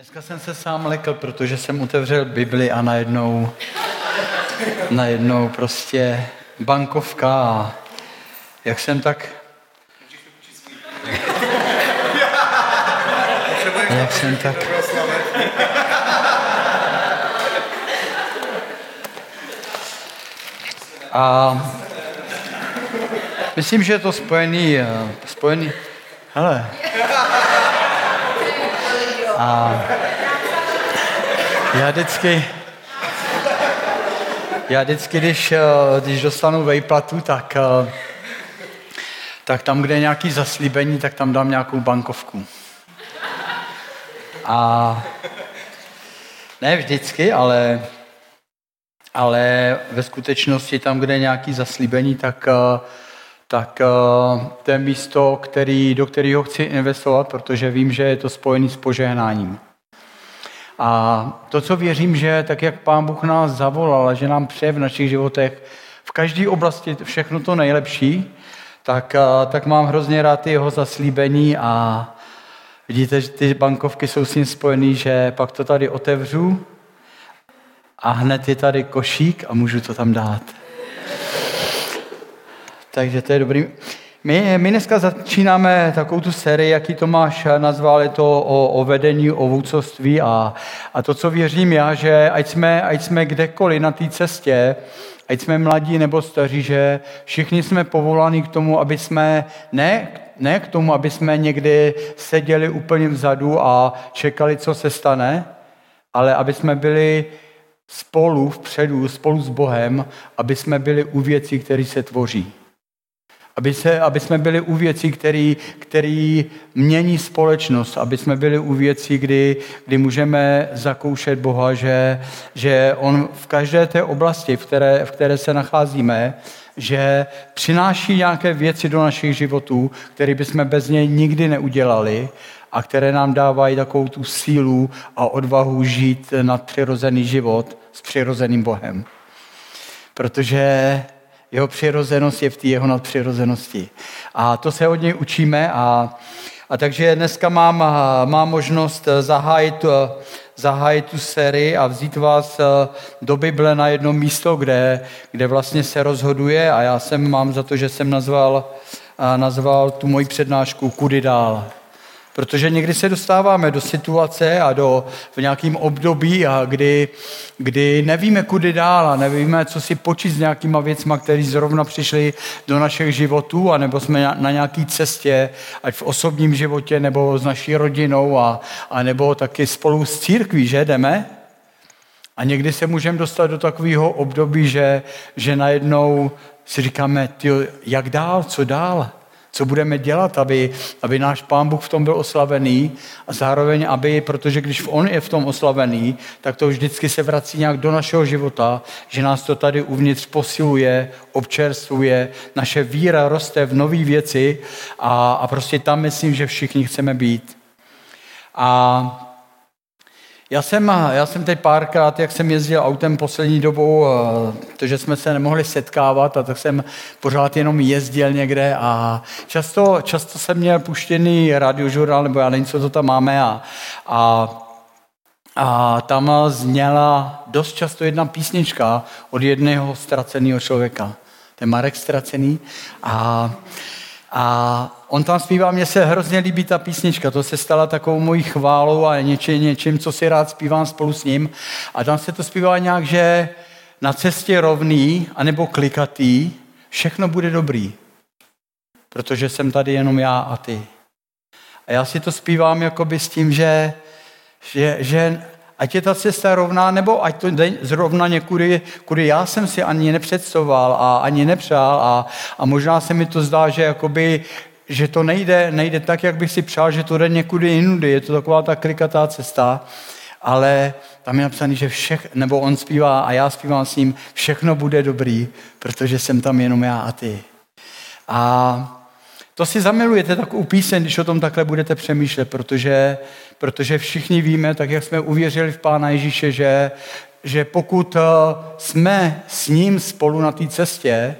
Dneska jsem se sám lekl, protože jsem otevřel Bibli a najednou prostě bankovka a jak jsem tak... A myslím, že je to spojený... Hele. A já vždycky, když dostanu vejplatu, tak tam, kde je nějaký zaslíbení, tak tam dám nějakou bankovku. A ne vždycky, ale ve skutečnosti tam, kde je nějaký zaslíbení, tak to je místo, do kterého chci investovat, protože vím, že je to spojené s požehnáním. A to, co věřím, že tak, jak Pán Bůh nás zavolal a že nám přeje v našich životech v každé oblasti všechno to nejlepší, tak mám hrozně rád ty jeho zaslíbení a vidíte, že ty bankovky jsou s ním spojený, že pak to tady otevřu a hned je tady košík a můžu to tam dát. Takže to je dobrý. My dneska začínáme takovou tu sérii, jaký Tomáš nazval, je to o vedení, o vůdcovství a to, co věřím já, že ať jsme kdekoliv na té cestě, ať jsme mladí nebo staří, že všichni jsme povoláni k tomu, aby jsme, ne k tomu, aby jsme někdy seděli úplně vzadu a čekali, co se stane, ale aby jsme byli vpředu, spolu s Bohem, aby jsme byli u věcí, které se tvoří. Aby jsme byli u věcí, které mění společnost, aby jsme byli u věcí, kdy můžeme zakoušet Boha, že on v každé té oblasti, v které se nacházíme, že přináší nějaké věci do našich životů, které bychom bez něj nikdy neudělali a které nám dávají takovou tu sílu a odvahu žít nadpřirozený život s přirozeným Bohem. Protože jeho přirozenost je v té jeho nadpřirozenosti. A to se od něj učíme a takže dneska mám možnost zahájit tu sérii a vzít vás do Bible na jedno místo, kde vlastně se rozhoduje a já mám za to, že jsem nazval tu moji přednášku Kudy dál. Protože někdy se dostáváme do situace a v nějakém období, kdy nevíme, kudy dál a nevíme, co si počít s nějakýma věcma, které zrovna přišly do našich životů, anebo jsme na nějaké cestě, ať v osobním životě, nebo s naší rodinou, a nebo taky spolu s církví, že jdeme. A někdy se můžeme dostat do takového období, že najednou si říkáme, jak dál, co dál? Co budeme dělat, aby náš Pán Bůh v tom byl oslavený a zároveň, protože když on je v tom oslavený, tak to vždycky se vrací nějak do našeho života, že nás to tady uvnitř posiluje, občerstvuje, naše víra roste v nové věci a prostě tam myslím, že všichni chceme být. A já jsem teď párkrát, jak jsem jezdil autem poslední dobou, protože jsme se nemohli setkávat, a tak jsem pořád jenom jezdil někde a často jsem měl puštěný radiožurnál, nebo já nevím, co to tam máme a tam zněla dost často jedna písnička od jednoho ztraceného člověka. To je Marek Ztracený a on tam zpívá, mně se hrozně líbí ta písnička, to se stala takovou mojí chválou a něčím, co si rád zpívám spolu s ním. A tam se to zpívá nějak, že na cestě rovný, anebo klikatý, všechno bude dobrý. Protože jsem tady jenom já a ty. A já si to zpívám jakoby s tím, že ať je ta cesta rovná, nebo ať to jde zrovna někudy, kudy já jsem si ani nepředstavoval a ani nepřál a možná se mi to zdá, že to nejde tak, jak bych si přál, že to jde někudy jinudy. Je to taková ta klikatá cesta, ale tam je napsaný, že nebo on zpívá a já zpívám s ním, všechno bude dobrý, protože jsem tam jenom já a ty. A to si zamilujete takovou píseň, když o tom takhle budete přemýšlet, protože všichni víme, tak jak jsme uvěřili v Pána Ježíše, že pokud jsme s ním spolu na té cestě,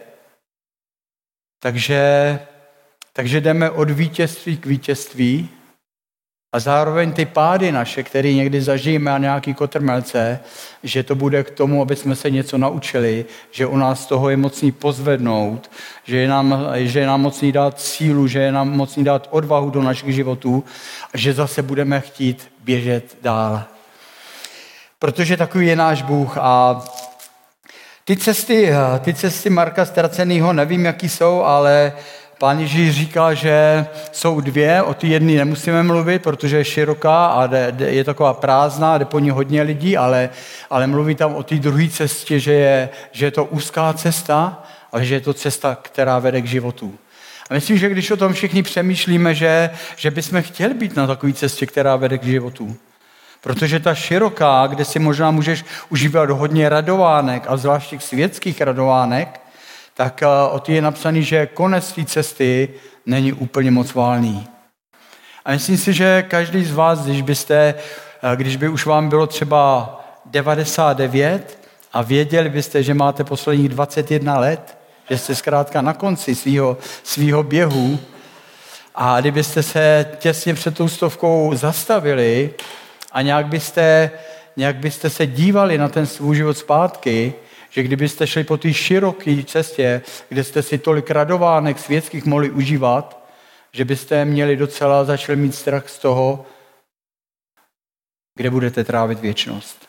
takže jdeme od vítězství k vítězství A zároveň ty pády naše, které někdy zažijeme a nějaký kotrmelce, že to bude k tomu, aby jsme se něco naučili, že u nás toho je mocný pozvednout, že je nám mocný dát sílu, že je nám mocný dát odvahu do našich životů a že zase budeme chtít běžet dál. Protože takový je náš Bůh a ty cesty Marka Ztracenýho, nevím, jaký jsou, ale Pán Ježíš říká, že jsou dvě, o té jedné nemusíme mluvit, protože je široká a je taková prázdná, jde po ní hodně lidí, ale mluví tam o té druhé cestě, že je to úzká cesta, ale že je to cesta, která vede k životu. A myslím, že když o tom všichni přemýšlíme, že bychom chtěli být na takové cestě, která vede k životu. Protože ta široká, kde si možná můžeš užívat hodně radovánek, a zvlášť těch světských radovánek, tak o té je napsaný, že konec té cesty není úplně moc válný. A myslím si, že každý z vás, když by už vám bylo třeba 99 a věděli byste, že máte posledních 21 let, že jste zkrátka na konci svýho běhu a kdybyste se těsně před tou 100 zastavili a nějak byste se dívali na ten svůj život zpátky, že kdybyste šli po té široké cestě, kde jste si tolik radovánek světských mohli užívat, že byste měli docela začali mít strach z toho, kde budete trávit věčnost.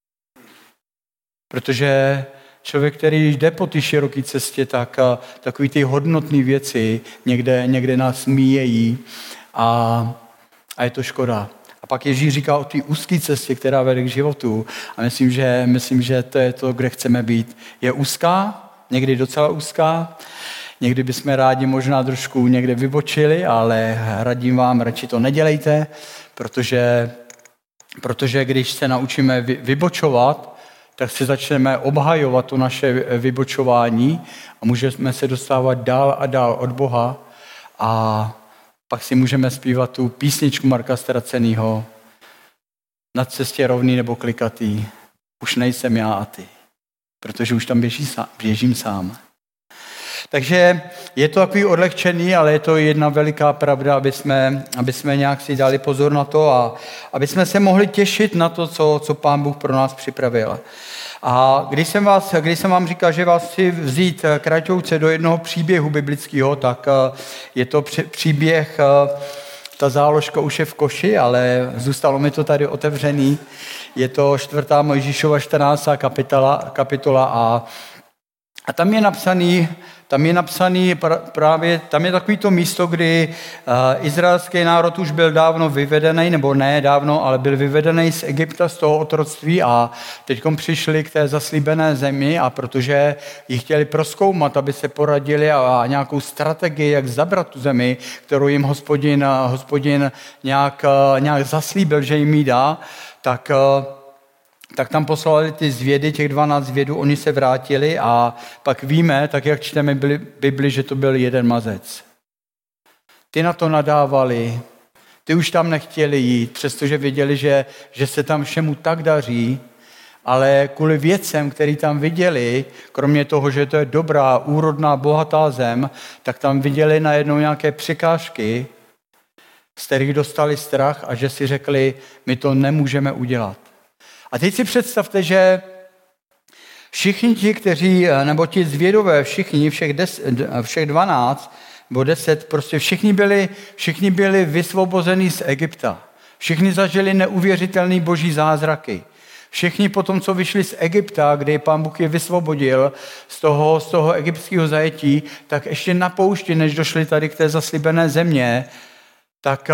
Protože člověk, který jde po té široké cestě, tak takový ty hodnotné věci někde nás míjejí a je to škoda. A pak Ježíš říká o té úzké cestě, která vede k životu. A myslím, že to je to, kde chceme být. Je úzká, někdy docela úzká, někdy bychom rádi možná trošku někde vybočili, ale radím vám, radši to nedělejte, protože když se naučíme vybočovat, tak si začneme obhajovat to naše vybočování a můžeme se dostávat dál a dál od Boha a pak si můžeme zpívat tu písničku Marka Ztracenýho Na cestě rovný nebo klikatý. Už nejsem já a ty, protože už tam běžím sám. Takže je to takový odlehčený, ale je to jedna veliká pravda, aby jsme nějak si dali pozor na to a aby jsme se mohli těšit na to, co Pán Bůh pro nás připravil. A když jsem vám říkal, že vás chci vzít kratouce do jednoho příběhu biblického, tak je to příběh, ta záložka už je v koši, ale zůstalo mi to tady otevřený. Je to 4. Mojžíšova 14. kapitola a tam je napsaný právě, tam je takový to místo, kdy izraelský národ už byl dávno vyvedený, nebo ne dávno, ale byl vyvedený z Egypta, z toho otroctví a teďkom přišli k té zaslíbené zemi a protože ji chtěli prozkoumat, aby se poradili a nějakou strategii, jak zabrat tu zemi, kterou jim hospodin nějak zaslíbil, že jim ji dá, tak tam poslali ty zvědy, těch 12 zvědů, oni se vrátili a pak víme, tak jak čteme Bibli, že to byl jeden mazec. Ty na to nadávali, ty už tam nechtěli jít, přestože věděli, že se tam všemu tak daří, ale kvůli věcem, který tam viděli, kromě toho, že to je dobrá, úrodná, bohatá zem, tak tam viděli najednou nějaké překážky, z kterých dostali strach a že si řekli, my to nemůžeme udělat. A teď si představte, že všichni ti, nebo ti zvědové, všech 12 nebo 10, prostě všichni byli vysvobozeni z Egypta. Všichni zažili neuvěřitelný boží zázraky. Všichni potom, co vyšli z Egypta, kde Pán Bůh je vysvobodil z toho egyptského zajetí, tak ještě na poušti, než došli tady k té zaslíbené země, tak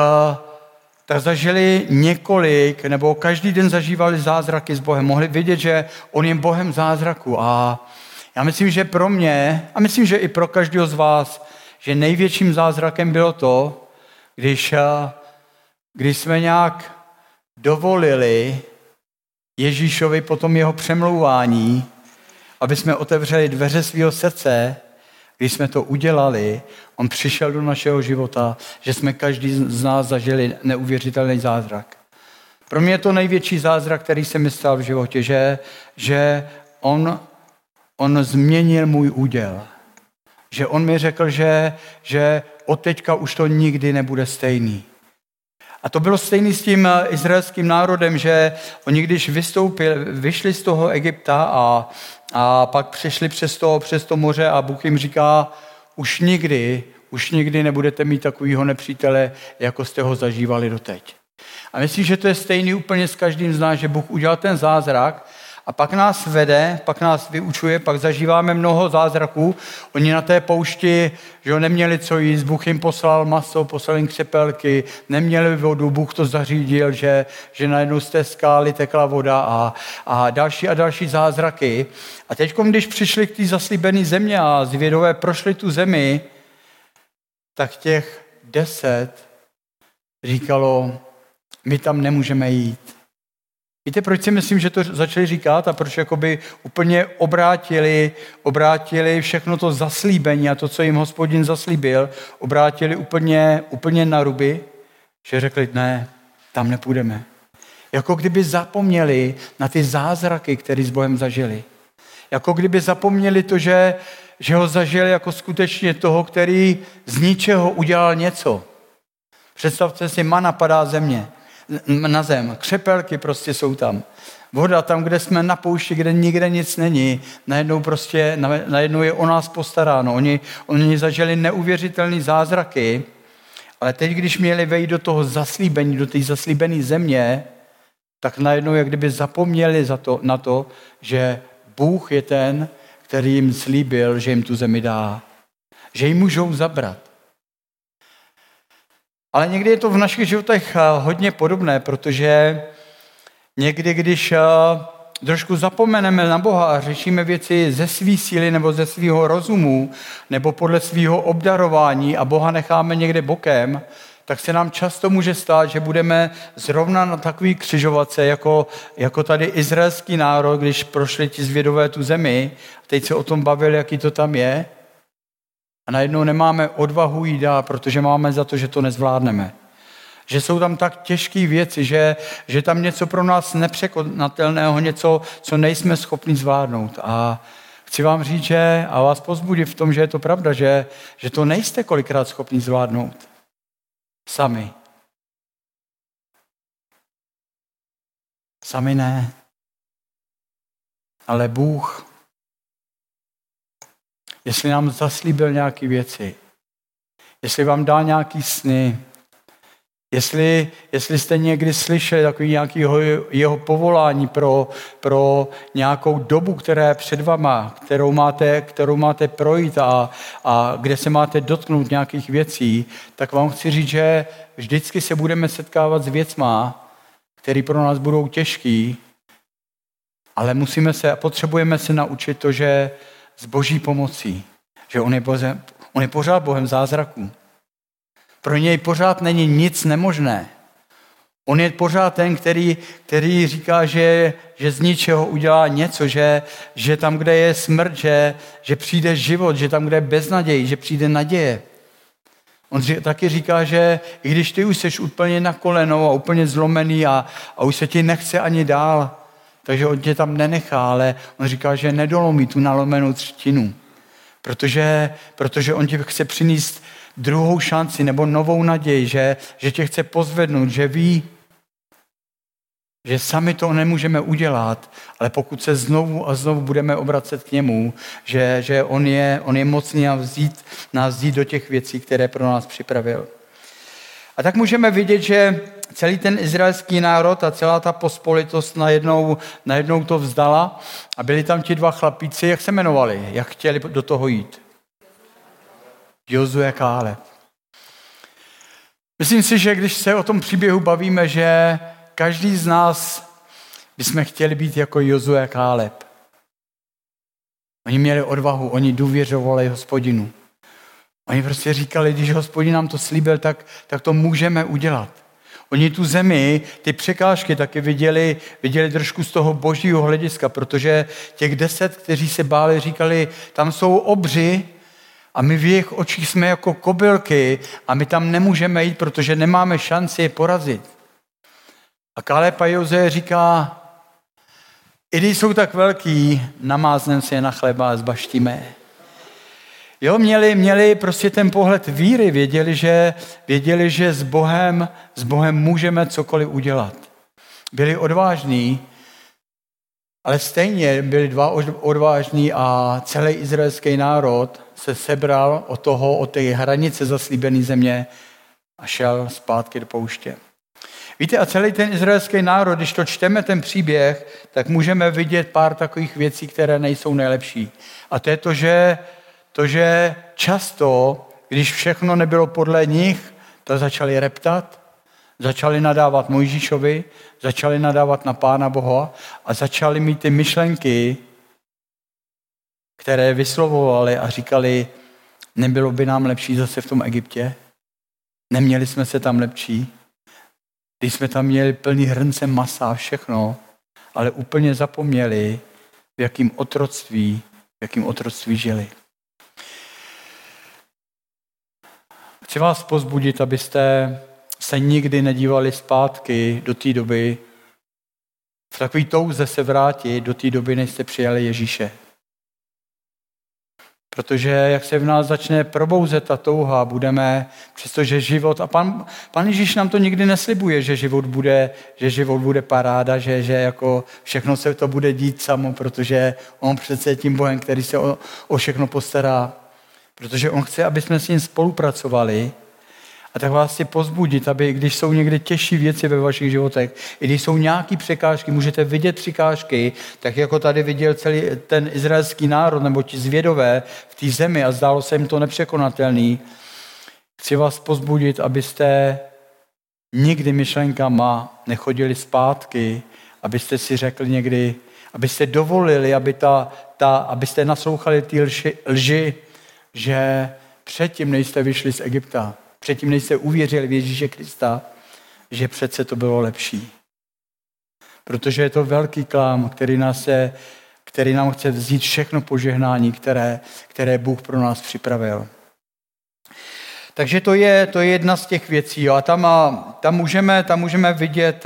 zažili několik, nebo každý den zažívali zázraky s Bohem. Mohli vidět, že on je Bohem zázraku. A já myslím, že pro mě, a myslím, že i pro každého z vás, že největším zázrakem bylo to, když jsme nějak dovolili Ježíšovi po tom jeho přemlouvání, aby jsme otevřeli dveře svého srdce. Když jsme to udělali, on přišel do našeho života, že jsme každý z nás zažili neuvěřitelný zázrak. Pro mě je to největší zázrak, který se mi stal v životě, že on změnil můj úděl. Že on mi řekl, že od teďka už to nikdy nebude stejný. A to bylo stejné s tím izraelským národem, že oni když vyšli z toho Egypta a pak přišli přes to moře a Bůh jim říká, už nikdy nebudete mít takovýho nepřítele, jako jste ho zažívali doteď. A myslím, že to je stejný úplně s každým z nás, že Bůh udělal ten zázrak a pak nás vede, pak nás vyučuje, pak zažíváme mnoho zázraků. Oni na té poušti, že neměli co jíst, Bůh jim poslal maso, poslal jim křepelky, neměli vodu, Bůh to zařídil, že najednou z té skály tekla voda a další zázraky. A teď, když přišli k té zaslíbené země a zvědové prošli tu zemi, tak těch 10 říkalo, my tam nemůžeme jít. Víte, proč si myslím, že to začali říkat a proč jakoby úplně obrátili všechno to zaslíbení a to, co jim Hospodin zaslíbil, obrátili úplně na ruby, že řekli, ne, tam nepůjdeme. Jako kdyby zapomněli na ty zázraky, které s Bohem zažili. Jako kdyby zapomněli to, že ho zažili jako skutečně toho, který z ničeho udělal něco. Představte si, mana padá na zem, křepelky prostě jsou tam. Voda tam, kde jsme na poušti, kde nikde nic není, najednou je o nás postaráno. Oni zažili neuvěřitelné zázraky, ale teď, když měli vejít do toho zaslíbení, do té zaslíbené země, tak najednou jak kdyby zapomněli na to, že Bůh je ten, který jim slíbil, že jim tu zemi dá. Že ji můžou zabrat. Ale někdy je to v našich životech hodně podobné, protože někdy, když trošku zapomeneme na Boha a řešíme věci ze své síly nebo ze svého rozumu nebo podle svého obdarování a Boha necháme někde bokem, tak se nám často může stát, že budeme zrovna na takový křižovatce, jako tady izraelský národ, když prošli ti zvědové tu zemi, a teď se o tom bavili, jaký to tam je, a najednou nemáme odvahu jít dál, protože máme za to, že to nezvládneme. Že jsou tam tak těžké věci, že tam něco pro nás nepřekonatelného, něco, co nejsme schopni zvládnout. A chci vám říct, a vás povzbudit v tom, že je to pravda, že to nejste kolikrát schopni zvládnout. Sami. Sami ne. Ale Bůh, jestli nám zaslíbil nějaké věci, jestli vám dal nějaký sny, jestli jste někdy slyšeli takový nějaký jeho povolání pro nějakou dobu, která je před vama, kterou máte projít a kde se máte dotknout nějakých věcí, tak vám chci říct, že vždycky se budeme setkávat s věcma, které pro nás budou těžký, ale potřebujeme se naučit to, že s Boží pomocí, že on je pořád Bohem zázraků. Pro něj pořád není nic nemožné. On je pořád ten, který říká, že z ničeho udělá něco, že tam, kde je smrt, že přijde život, že tam, kde je beznaděj, že přijde naděje. On taky říká, že i když ty už jsi úplně na kolenou a úplně zlomený a už se ti nechce ani dál, takže on tě tam nenechá, ale on říká, že nedolomí tu nalomenou třtinu. Protože on ti chce přinést druhou šanci nebo novou naději, že tě chce pozvednout, že ví, že sami to nemůžeme udělat, ale pokud se znovu a znovu budeme obracet k němu, že on je mocný nás vzít do těch věcí, které pro nás připravil. A tak můžeme vidět, že celý ten izraelský národ a celá ta pospolitost najednou to vzdala a byli tam ti dva chlapíci, jak se jmenovali, jak chtěli do toho jít. Jozue a Káleb. Myslím si, že když se o tom příběhu bavíme, že každý z nás bychom chtěli být jako Jozue a Káleb. Oni měli odvahu, oni důvěřovali Hospodinu. Oni prostě říkali, když Hospodin nám to slíbil, tak to můžeme udělat. Oni tu zemi, ty překážky taky viděli trošku z toho božího hlediska, protože těch 10, kteří se báli, říkali, tam jsou obři a my v jejich očích jsme jako kobylky a my tam nemůžeme jít, protože nemáme šanci je porazit. A Káleb a Jozue říká, i když jsou tak velký, namáznem se je na chleba a zbaštíme. Jo, měli prostě ten pohled víry, věděli, že s Bohem můžeme cokoliv udělat. Byli odvážní, ale stejně byli dva odvážní a celý izraelský národ se sebral od té hranice zaslíbené země a šel zpátky do pouště. Víte, a celý ten izraelský národ, když to čteme ten příběh, tak můžeme vidět pár takových věcí, které nejsou nejlepší. A to je to, že často, když všechno nebylo podle nich, tak začali reptat, začali nadávat Mojžíšovi, začali nadávat na Pána Boha a začali mít ty myšlenky, které vyslovovali a říkali, nebylo by nám lepší zase v tom Egyptě? Neměli jsme se tam lepší? Když jsme tam měli plný hrnce masa a všechno, ale úplně zapomněli, v jakém otroctví žili. Chci vás povzbudit, abyste se nikdy nedívali zpátky do té doby, v takové touze se vrátit do té doby, než jste přijali Ježíše. Protože jak se v nás začne probouzet ta touha, přestože život, a pan Ježíš nám to nikdy neslibuje, že život bude paráda, že jako všechno se to bude dít samo, protože on přece je tím Bohem, který se o všechno postará. Protože on chce, aby jsme s ním spolupracovali. A tak vás chci povzbudit, aby když jsou někde těžší věci ve vašich životech, i když jsou nějaké překážky, můžete vidět překážky, tak jako tady viděl celý ten izraelský národ nebo ti zvědové v té zemi a zdálo se jim to nepřekonatelný. Chci vás povzbudit, abyste nikdy myšlenkama nechodili zpátky, abyste si řekli někdy, abyste dovolili, abyste naslouchali ty lži, že předtím nejste vyšli z Egypta, předtím nejste uvěřili v Ježíše Krista, že přece to bylo lepší. Protože je to velký klám, který nám chce vzít všechno požehnání, které Bůh pro nás připravil. Takže to je jedna z těch věcí. Jo. A tam můžeme vidět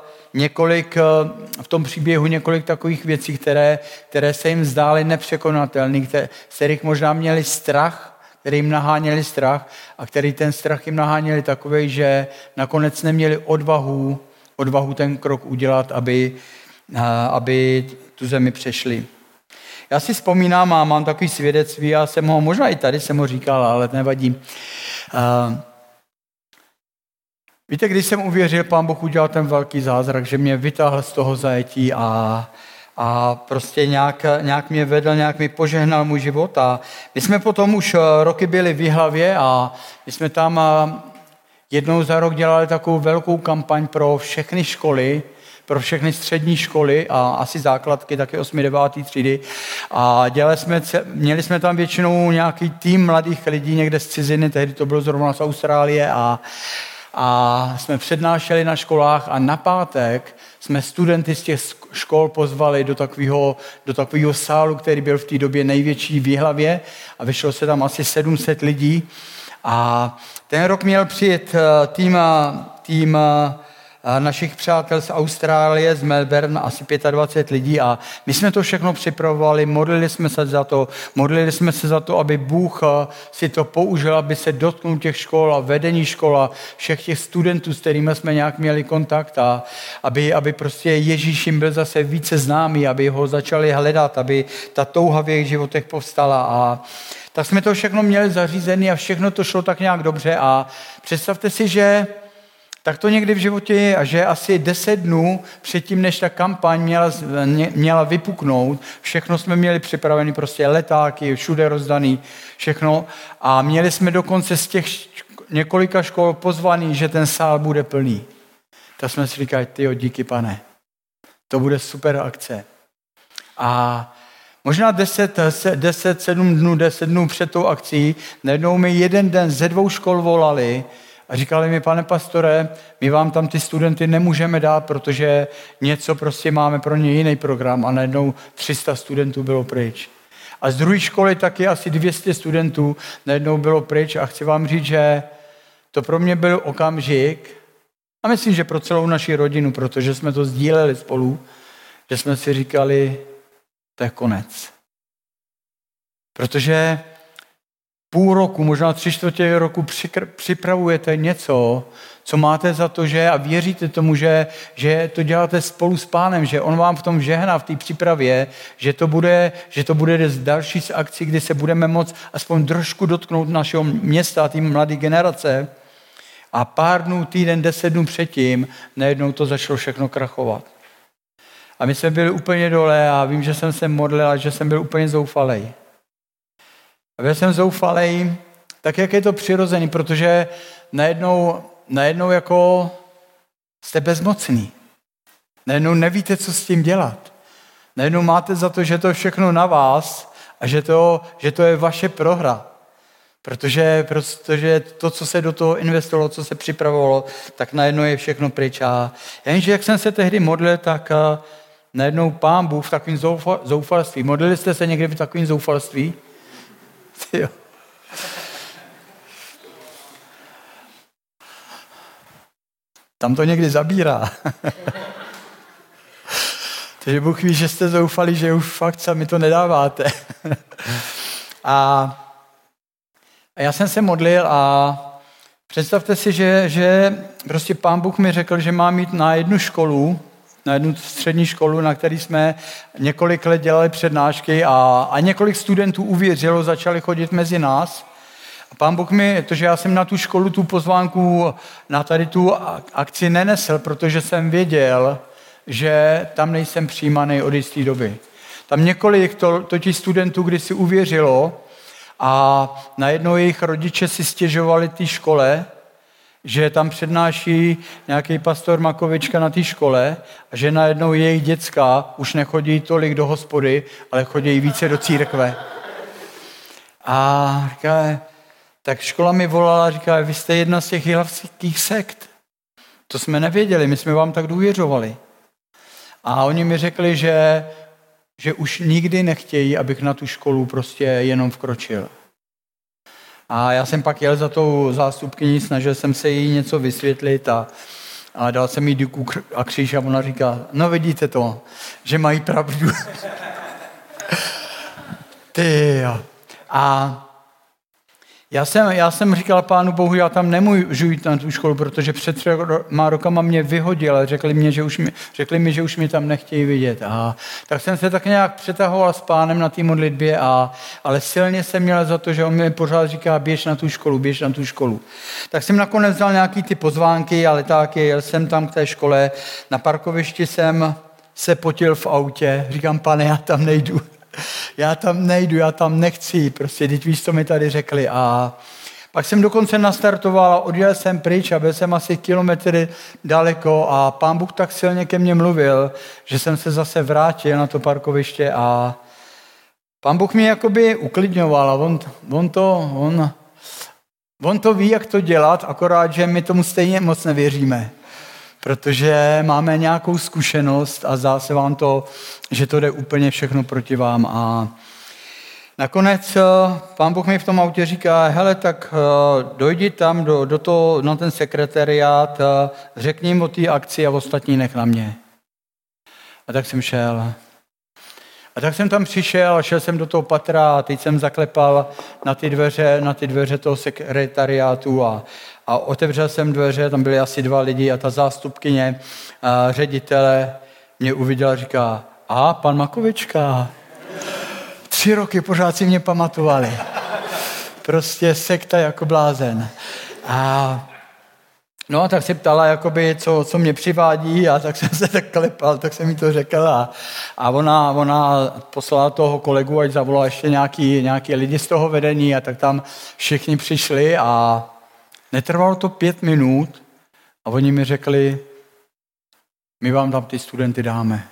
v tom příběhu několik takových věcí, které se jim zdály nepřekonatelné, z kterých možná měli strach, který jim naháněli strach a který ten strach jim naháněli takovej, že nakonec neměli odvahu ten krok udělat, aby tu zemi přešli. Já si vzpomínám a mám takový svědectví, já jsem ho, možná i tady jsem ho říkal, ale nevadí. Víte, když jsem uvěřil, Pán Bůh udělal ten velký zázrak, že mě vytáhl z toho zajetí a prostě nějak mě vedl, nějak mi požehnal můj život. A my jsme potom už roky byli v Jihlavě a my jsme tam jednou za rok dělali takovou velkou kampaň pro všechny školy, pro všechny střední školy a asi základky, taky 8. 9. třídy. A měli jsme tam většinou nějaký tým mladých lidí někde z ciziny, tehdy to bylo zrovna z Austrálie a jsme přednášeli na školách a na pátek jsme studenty z těch škol pozvali do takového sálu, který byl v té době největší v Jihlavě a vyšlo se tam asi 700 lidí. A ten rok měl přijet tým našich přátel z Austrálie, z Melbourne, asi 25 lidí a my jsme to všechno připravovali, modlili jsme se za to, aby Bůh si to použil, aby se dotknul těch škol a vedení škol a všech těch studentů, s kterými jsme nějak měli kontakt a aby prostě Ježíš jim byl zase více známý, aby ho začali hledat, aby ta touha v jejich životech povstala a tak jsme to všechno měli zařízené a všechno to šlo tak nějak dobře a představte si, že tak to někdy v životě je a že asi 10 dnů předtím, než ta kampaň měla vypuknout, všechno jsme měli připravené, prostě letáky, všude rozdaný, všechno a měli jsme dokonce z těch několika škol pozvaný, že ten sál bude plný. Tak jsme si říkali, tyjo, díky Pane, to bude super akce. A možná 10 dnů před tou akcí, najednou mi jeden den ze 2 škol volali a říkali mi, pane pastore, my vám tam ty studenty nemůžeme dát, protože něco prostě máme pro ně jiný program a najednou 300 studentů bylo pryč. A z druhé školy taky asi 200 studentů najednou bylo pryč a chci vám říct, že to pro mě byl okamžik a myslím, že pro celou naši rodinu, protože jsme to sdíleli spolu, že jsme si říkali, to je konec. Protože půl roku, možná 3/4 roku připravujete něco, co máte za to, že a věříte tomu, že to děláte spolu s Pánem, že on vám v tom žehná, v té přípravě, že to bude další z akcí, kdy se budeme moct aspoň trošku dotknout našeho města, té mladé generace. A pár dnů, týden, 10 dnů předtím, najednou to začalo všechno krachovat. A my jsme byli úplně dole a vím, že jsem se modlil a že jsem byl úplně zoufalej. A byl jsem zoufalej, tak jak je to přirozený, protože najednou jako jste bezmocný. Najednou nevíte, co s tím dělat. Najednou máte za to, že to je všechno na vás a že to je vaše prohra. Protože to, co se do toho investovalo, co se připravovalo, tak najednou je všechno pryč. A jenže jak jsem se tehdy modlil, tak najednou Pán Bůh v takovém zoufalství. Modlili jste se někdy v takovém zoufalství? Jo. Tam to někdy zabírá. Takže Bůh ví, že jste zoufali, že už fakt sami to nedáváte. A já jsem se modlil a představte si, že prostě Pán Bůh mi řekl, že mám jít na jednu střední školu, na který jsme několik let dělali přednášky a několik studentů uvěřilo, začali chodit mezi nás. A Pán Bůh mi, že já jsem na tu školu tu pozvánku, na tady tu akci nenesl, protože jsem věděl, že tam nejsem přijímaný od jisté doby. Tam několik totiž studentů kdysi uvěřilo a najednou jejich rodiče si stěžovali té škole, že tam přednáší nějaký pastor Makovička na té škole a že najednou jejich děcka už nechodí tolik do hospody, ale chodí více do církve. A říká, tak škola mi volala a říká, vy jste jedna z těch jihlavských sekt. To jsme nevěděli, my jsme vám tak důvěřovali. A oni mi řekli, že už nikdy nechtějí, abych na tu školu prostě jenom vkročil. A já jsem pak jel za tou zástupkyní, snažil jsem se jí něco vysvětlit a dal jsem jí díku a kříž a ona říká, no vidíte to, že mají pravdu. Ty jo. A já jsem říkal Pánu Bohu, já tam nemůžu jít na tu školu, protože před 3 rokama mě vyhodil a řekli mi, že už mě tam nechtějí vidět. A tak jsem se tak nějak přetahoval s Pánem na té modlitbě, ale silně jsem měl za to, že on mi pořád říká, běž na tu školu. Tak jsem nakonec vzal nějaký ty pozvánky a letáky, jel jsem tam k té škole, na parkovišti jsem se potil v autě, říkám, Pane, já tam nechci, prostě, teď víš, co mi tady řekli. A pak jsem dokonce nastartoval a odjel jsem pryč a byl jsem asi kilometry daleko a Pán Bůh tak silně ke mně mluvil, že jsem se zase vrátil na to parkoviště a Pán Bůh mě jakoby uklidňoval a on to ví, jak to dělat, akorát, že my tomu stejně moc nevěříme. Protože máme nějakou zkušenost a zdá se vám to, že to jde úplně všechno proti vám. A nakonec Pán Bůh mi v tom autě říká, hele, tak dojdi tam na ten sekretariát, řekni jim o té akci a ostatní nech na mě. A tak jsem šel. A tak jsem tam přišel a šel jsem do toho patra a teď jsem zaklepal na ty dveře toho sekretariátu a otevřel jsem dveře, tam byly asi 2 lidi a ta zástupkyně ředitele mě uviděla a říká, pan Makovička, 3 roky pořád si mě pamatovali. Prostě sekta jako blázen. No a tak se ptala, jakoby, co mě přivádí a tak jsem se tak klepal, tak jsem jí to řekl a ona poslala toho kolegu, ať zavolala ještě nějaký lidi z toho vedení a tak tam všichni přišli a netrvalo to 5 minut a oni mi řekli, my vám tam ty studenty dáme.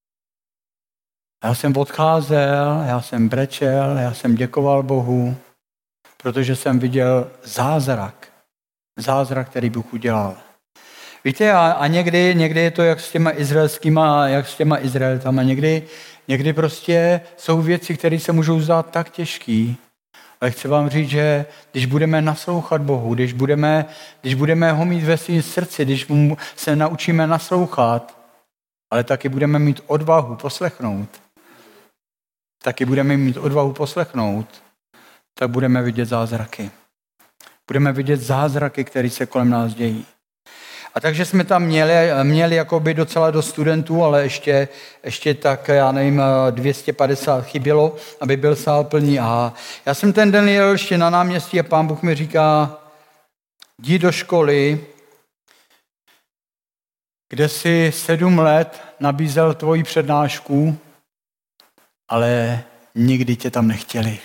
Já jsem odcházel, já jsem brečel, já jsem děkoval Bohu, protože jsem viděl zázrak, který Bůh udělal. Víte, a někdy je to jak s těma Izraelitama, někdy prostě jsou věci, které se můžou zdát tak těžký, ale chci vám říct, že když budeme naslouchat Bohu, když budeme ho mít ve svém srdci, když se naučíme naslouchat, ale taky budeme mít odvahu poslechnout, tak budeme vidět zázraky. Budeme vidět zázraky, které se kolem nás dějí. A takže jsme tam měli jakoby docela dost studentů, ale ještě tak, já nevím, 250 chybělo, aby byl sál plný. A já jsem ten den jel ještě na náměstí a Pán Bůh mi říká, jdi do školy, kde si 7 let nabízel tvoji přednášku, ale nikdy tě tam nechtěli.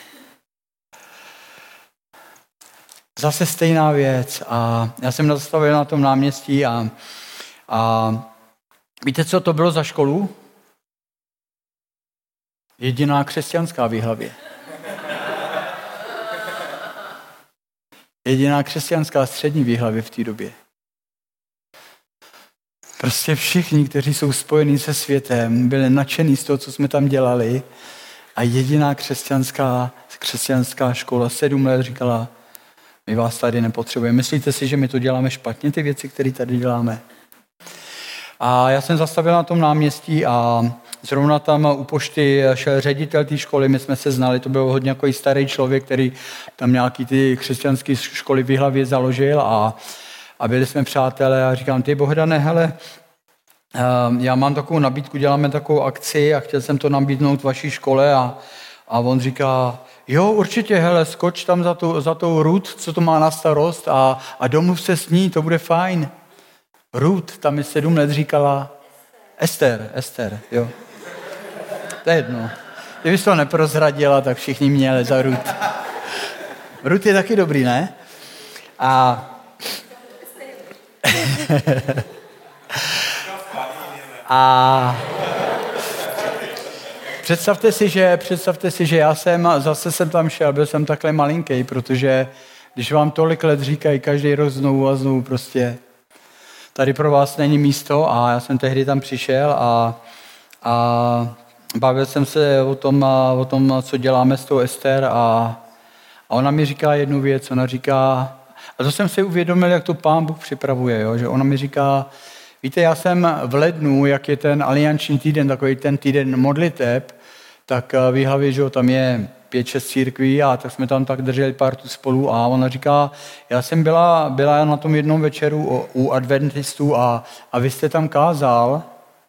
Zase stejná věc a já jsem zastavil na tom náměstí a víte, co to bylo za školu? Jediná křesťanská v Jihlavě. Jediná křesťanská střední v Jihlavě v té době. Prostě všichni, kteří jsou spojení se světem, byli nadšení z toho, co jsme tam dělali a jediná křesťanská škola 7 let říkala, my vás tady nepotřebujeme. Myslíte si, že my to děláme špatně, ty věci, které tady děláme? A já jsem zastavil na tom náměstí a zrovna tam u pošty šel ředitel té školy, my jsme se znali, to byl hodně jako starý člověk, který tam nějaký ty křesťanské školy v Jihlavě založil a byli jsme přátelé a říkám, ty Bohdane, hele, já mám takovou nabídku, děláme takovou akci a chtěl jsem to nabídnout vaší škole a on říká, jo, určitě, hele, skoč tam za tou Ruth, co to má na starost a domluv se s ní, to bude fajn. Ruth, tam mi 7 let říkala, Ester, jo. To je jedno. Kdybys to neprozradila, tak všichni měli za Ruth. Ruth je taky dobrý, ne? A představte si, že já jsem tam šel, byl jsem takhle malinký, protože když vám tolik let říkají každý rok znovu a znovu prostě, tady pro vás není místo a já jsem tehdy tam přišel a bavil jsem se o tom, co děláme s tou Ester a ona mi říká jednu věc, ona říká, a to jsem si uvědomil, jak to Pán Bůh připravuje, jo? Že ona mi říká, víte, já jsem v lednu, jak je ten alianční týden, takový ten týden modliteb, tak v Jihlavě, že tam je 5-6 církví a tak jsme tam tak drželi partu spolu a ona říká, já jsem byla na tom jednom večeru u adventistů a vy jste tam kázal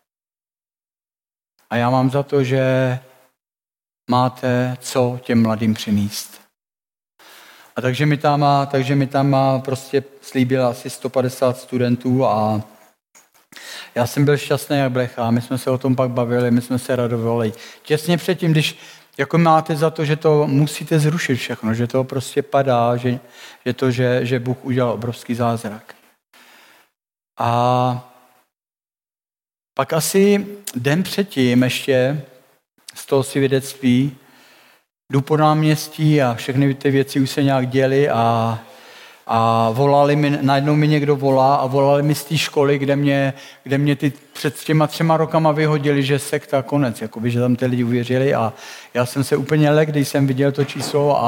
a já mám za to, že máte co těm mladým přinést. A takže mi tam prostě slíbil asi 150 studentů a já jsem byl šťastný jak blecha, my jsme se o tom pak bavili, my jsme se radovali. Těsně předtím, když jako máte za to, že to musíte zrušit všechno, že to prostě padá, že Bůh udělal obrovský zázrak. A pak asi den předtím ještě z toho svědectví jdu po náměstí a všechny ty věci už se nějak děly a volali mi, najednou mi někdo volá a volali mi z té školy, kde mě před těma 3 rokama vyhodili, že sekta konec, jakoby, že tam ty lidi uvěřili a já jsem se úplně lekl, když jsem viděl to číslo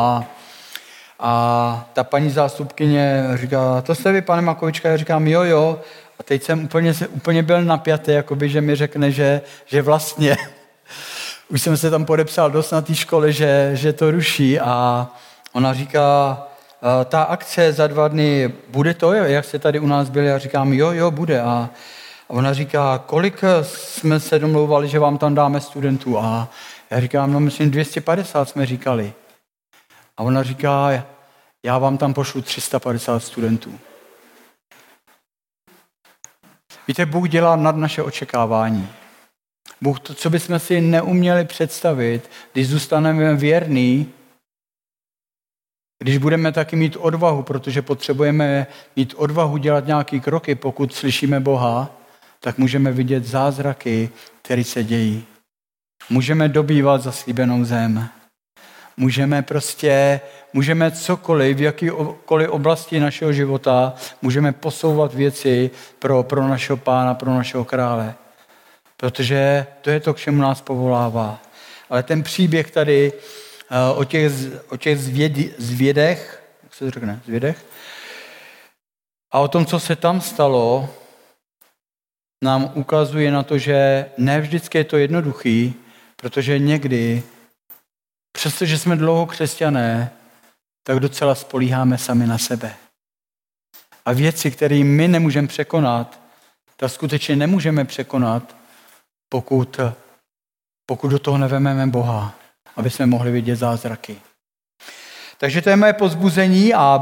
a ta paní zástupkyně říká, to jste vy, pane Makovička? Já říkám, jo. A teď jsem úplně byl napjatý, jakoby, že mi řekne, že vlastně už jsem se tam podepsal dost na té škole, že to ruší a ona říká, ta akce za 2 dny, bude to, jak jste tady u nás byli? Já říkám, jo, bude. A ona říká, kolik jsme se domlouvali, že vám tam dáme studentů? A já říkám, no myslím 250 jsme říkali. A ona říká, já vám tam pošlu 350 studentů. Víte, Bůh dělá nad naše očekávání. Bůh to, co bychom si neuměli představit, když zůstaneme věrní, když budeme taky mít odvahu, protože potřebujeme mít odvahu dělat nějaké kroky, pokud slyšíme Boha, tak můžeme vidět zázraky, které se dějí. Můžeme dobývat zaslíbenou zem. Můžeme cokoliv, v jakékoliv oblasti našeho života, můžeme posouvat věci pro našeho Pána, pro našeho krále. Protože to je to, k čemu nás povolává. Ale ten příběh tady o těch zvědech, jak se to řekne, zvědech, a o tom, co se tam stalo, nám ukazuje na to, že ne vždycky je to jednoduchý, protože někdy, přestože jsme dlouho křesťané, tak docela spolíháme sami na sebe. A věci, které my nemůžeme překonat, tak skutečně nemůžeme překonat, pokud do toho nevememe Boha, aby jsme mohli vidět zázraky. Takže to je moje povzbuzení a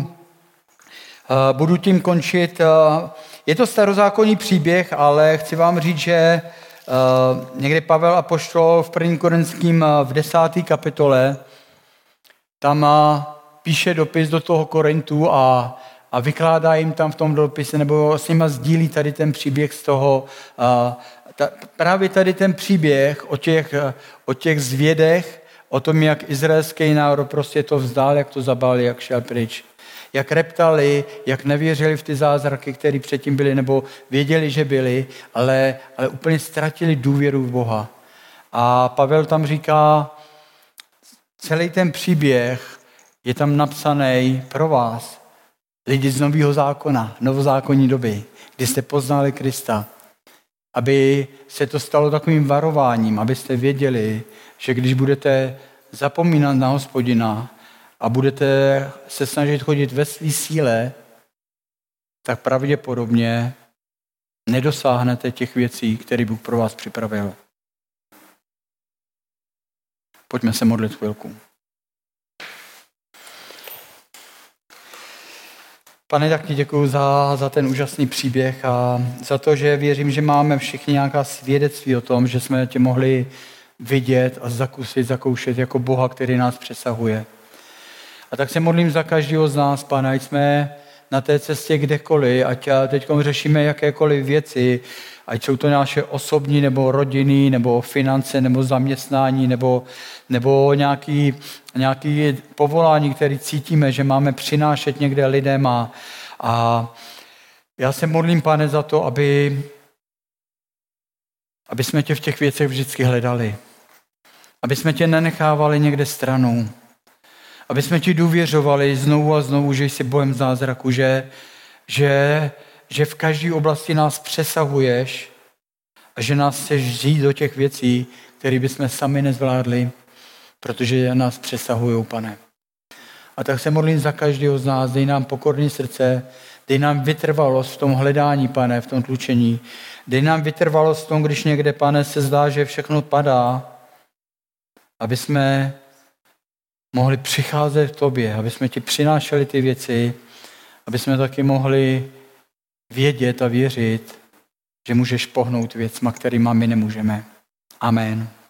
budu tím končit. Je to starozákonní příběh, ale chci vám říct, že někdy Pavel apoštol v 1. Korinským v 10. kapitole tam píše dopis do toho Korintu a vykládá jim tam v tom dopise, nebo s nima sdílí tady ten příběh z toho, právě tady ten příběh o těch zvědech, o tom, jak izraelský národ prostě to vzdál, jak to zabali, jak šel pryč. Jak reptali, jak nevěřili v ty zázraky, které předtím byly, nebo věděli, že byly, ale úplně ztratili důvěru v Boha. A Pavel tam říká, celý ten příběh je tam napsaný pro vás, lidi z Nového zákona, novozákonní doby, kdy jste poznali Krista, aby se to stalo takovým varováním, abyste věděli, že když budete zapomínat na Hospodina a budete se snažit chodit ve své síle, tak pravděpodobně nedosáhnete těch věcí, které Bůh pro vás připravil. Pojďme se modlit chvilku. Pane, tak ti děkuju za ten úžasný příběh a za to, že věřím, že máme všichni nějaká svědectví o tom, že jsme tě mohli vidět a zakoušet jako Boha, který nás přesahuje. A tak se modlím za každého z nás, Pane, ať jsme na té cestě kdekoliv, ať teď řešíme jakékoliv věci, ať jsou to naše osobní, nebo rodinný, nebo finance, nebo zaměstnání, nebo nějaký povolání, které cítíme, že máme přinášet někde lidem. A já se modlím, Pane, za to, aby jsme tě v těch věcech vždycky hledali. Aby jsme tě nenechávali někde stranou. Aby jsme ti důvěřovali znovu a znovu, že jsi Bohem zázraku, že v každé oblasti nás přesahuješ a že nás chceš žít do těch věcí, které bychom sami nezvládli, protože nás přesahují, Pane. A tak se modlím za každého z nás, dej nám pokorné srdce, dej nám vytrvalost v tom hledání, Pane, v tom tlučení. Dej nám vytrvalost v tom, když někde, Pane, se zdá, že všechno padá, aby jsme mohli přicházet k tobě, aby jsme ti přinášeli ty věci, aby jsme taky mohli vědět a věřit, že můžeš pohnout věcma, kterýma my nemůžeme. Amen.